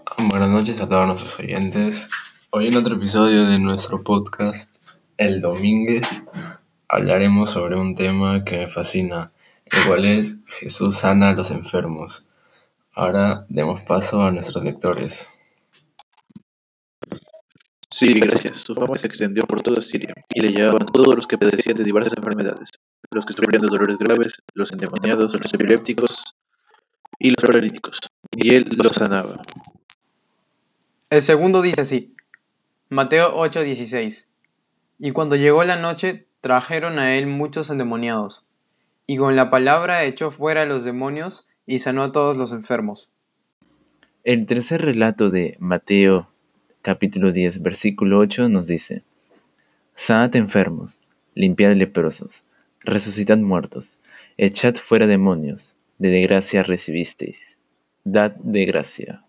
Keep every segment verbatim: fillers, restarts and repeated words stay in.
Buenas noches a todos nuestros oyentes. Hoy en otro episodio de nuestro podcast, El Domínguez, hablaremos sobre un tema que me fascina, el cual es Jesús sana a los enfermos. Ahora demos paso a nuestros lectores. Sí, gracias. Su fama se extendió por toda Siria y le llevaban todos los que padecían de diversas enfermedades, los que sufrían de dolores graves, los endemoniados, los epilépticos y los paralíticos, y él los sanaba. El segundo dice así, Mateo ocho dieciséis. Y cuando llegó la noche, trajeron a él muchos endemoniados, y con la palabra echó fuera a los demonios y sanó a todos los enfermos. El tercer relato de Mateo, capítulo diez, versículo ocho, nos dice: Sanad enfermos, limpiad leprosos, resucitad muertos, echad fuera demonios, de gracia recibisteis, dad de gracia.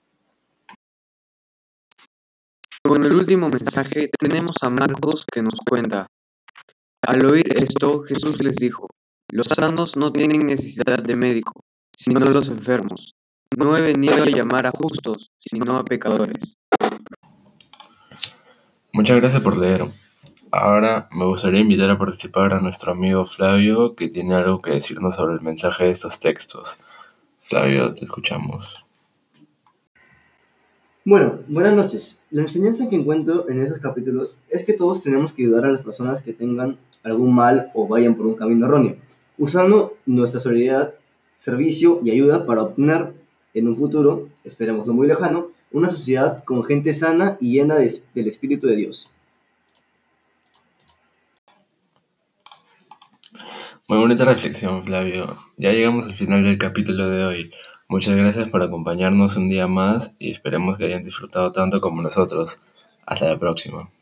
Con el último mensaje tenemos a Marcos que nos cuenta: Al oír esto, Jesús les dijo: Los sanos no tienen necesidad de médico, sino los enfermos. No he venido a llamar a justos, sino a pecadores. Muchas gracias por leer. Ahora me gustaría invitar a participar a nuestro amigo Flavio, que tiene algo que decirnos sobre el mensaje de estos textos. Flavio, te escuchamos. Bueno, buenas noches. La enseñanza que encuentro en esos capítulos es que todos tenemos que ayudar a las personas que tengan algún mal o vayan por un camino erróneo, usando nuestra solidaridad, servicio y ayuda para obtener en un futuro, esperemos no muy lejano, una sociedad con gente sana y llena de, del Espíritu de Dios. Muy bonita reflexión, Flavio. Ya llegamos al final del capítulo de hoy. Muchas gracias por acompañarnos un día más y esperemos que hayan disfrutado tanto como nosotros. Hasta la próxima.